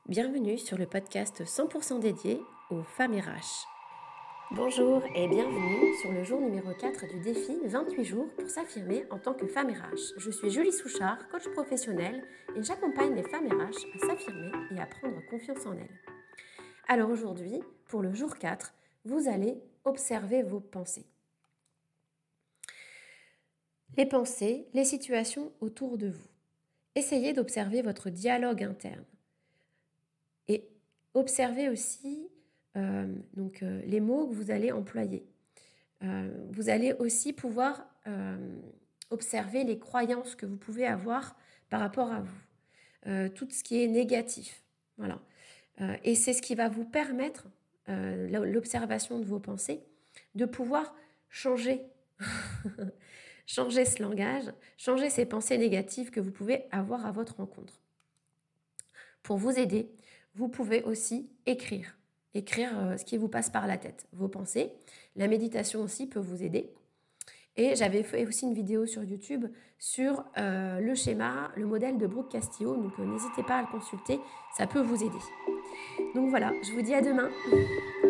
Bienvenue sur le podcast 100% dédié aux femmes RH. Bonjour et bienvenue sur le jour numéro 4 du défi 28 jours pour s'affirmer en tant que femme RH. Je suis Julie Souchard, coach professionnelle et j'accompagne les femmes RH à s'affirmer et à prendre confiance en elles. Alors aujourd'hui, pour le jour 4, vous allez observer vos pensées. Les pensées, les situations autour de vous. Essayez d'observer votre dialogue interne. Et observez aussi les mots que vous allez employer. Vous allez aussi pouvoir observer les croyances que vous pouvez avoir par rapport à vous. Tout ce qui est négatif. Voilà. Et c'est ce qui va vous permettre, l'observation de vos pensées, de pouvoir changer, changer ce langage, changer ces pensées négatives que vous pouvez avoir à votre rencontre. Pour vous aider, vous pouvez aussi écrire ce qui vous passe par la tête, vos pensées. La méditation aussi peut vous aider. Et j'avais fait aussi une vidéo sur YouTube sur le schéma, le modèle de Brooke Castillo, donc n'hésitez pas à le consulter, ça peut vous aider. Donc voilà, je vous dis à demain.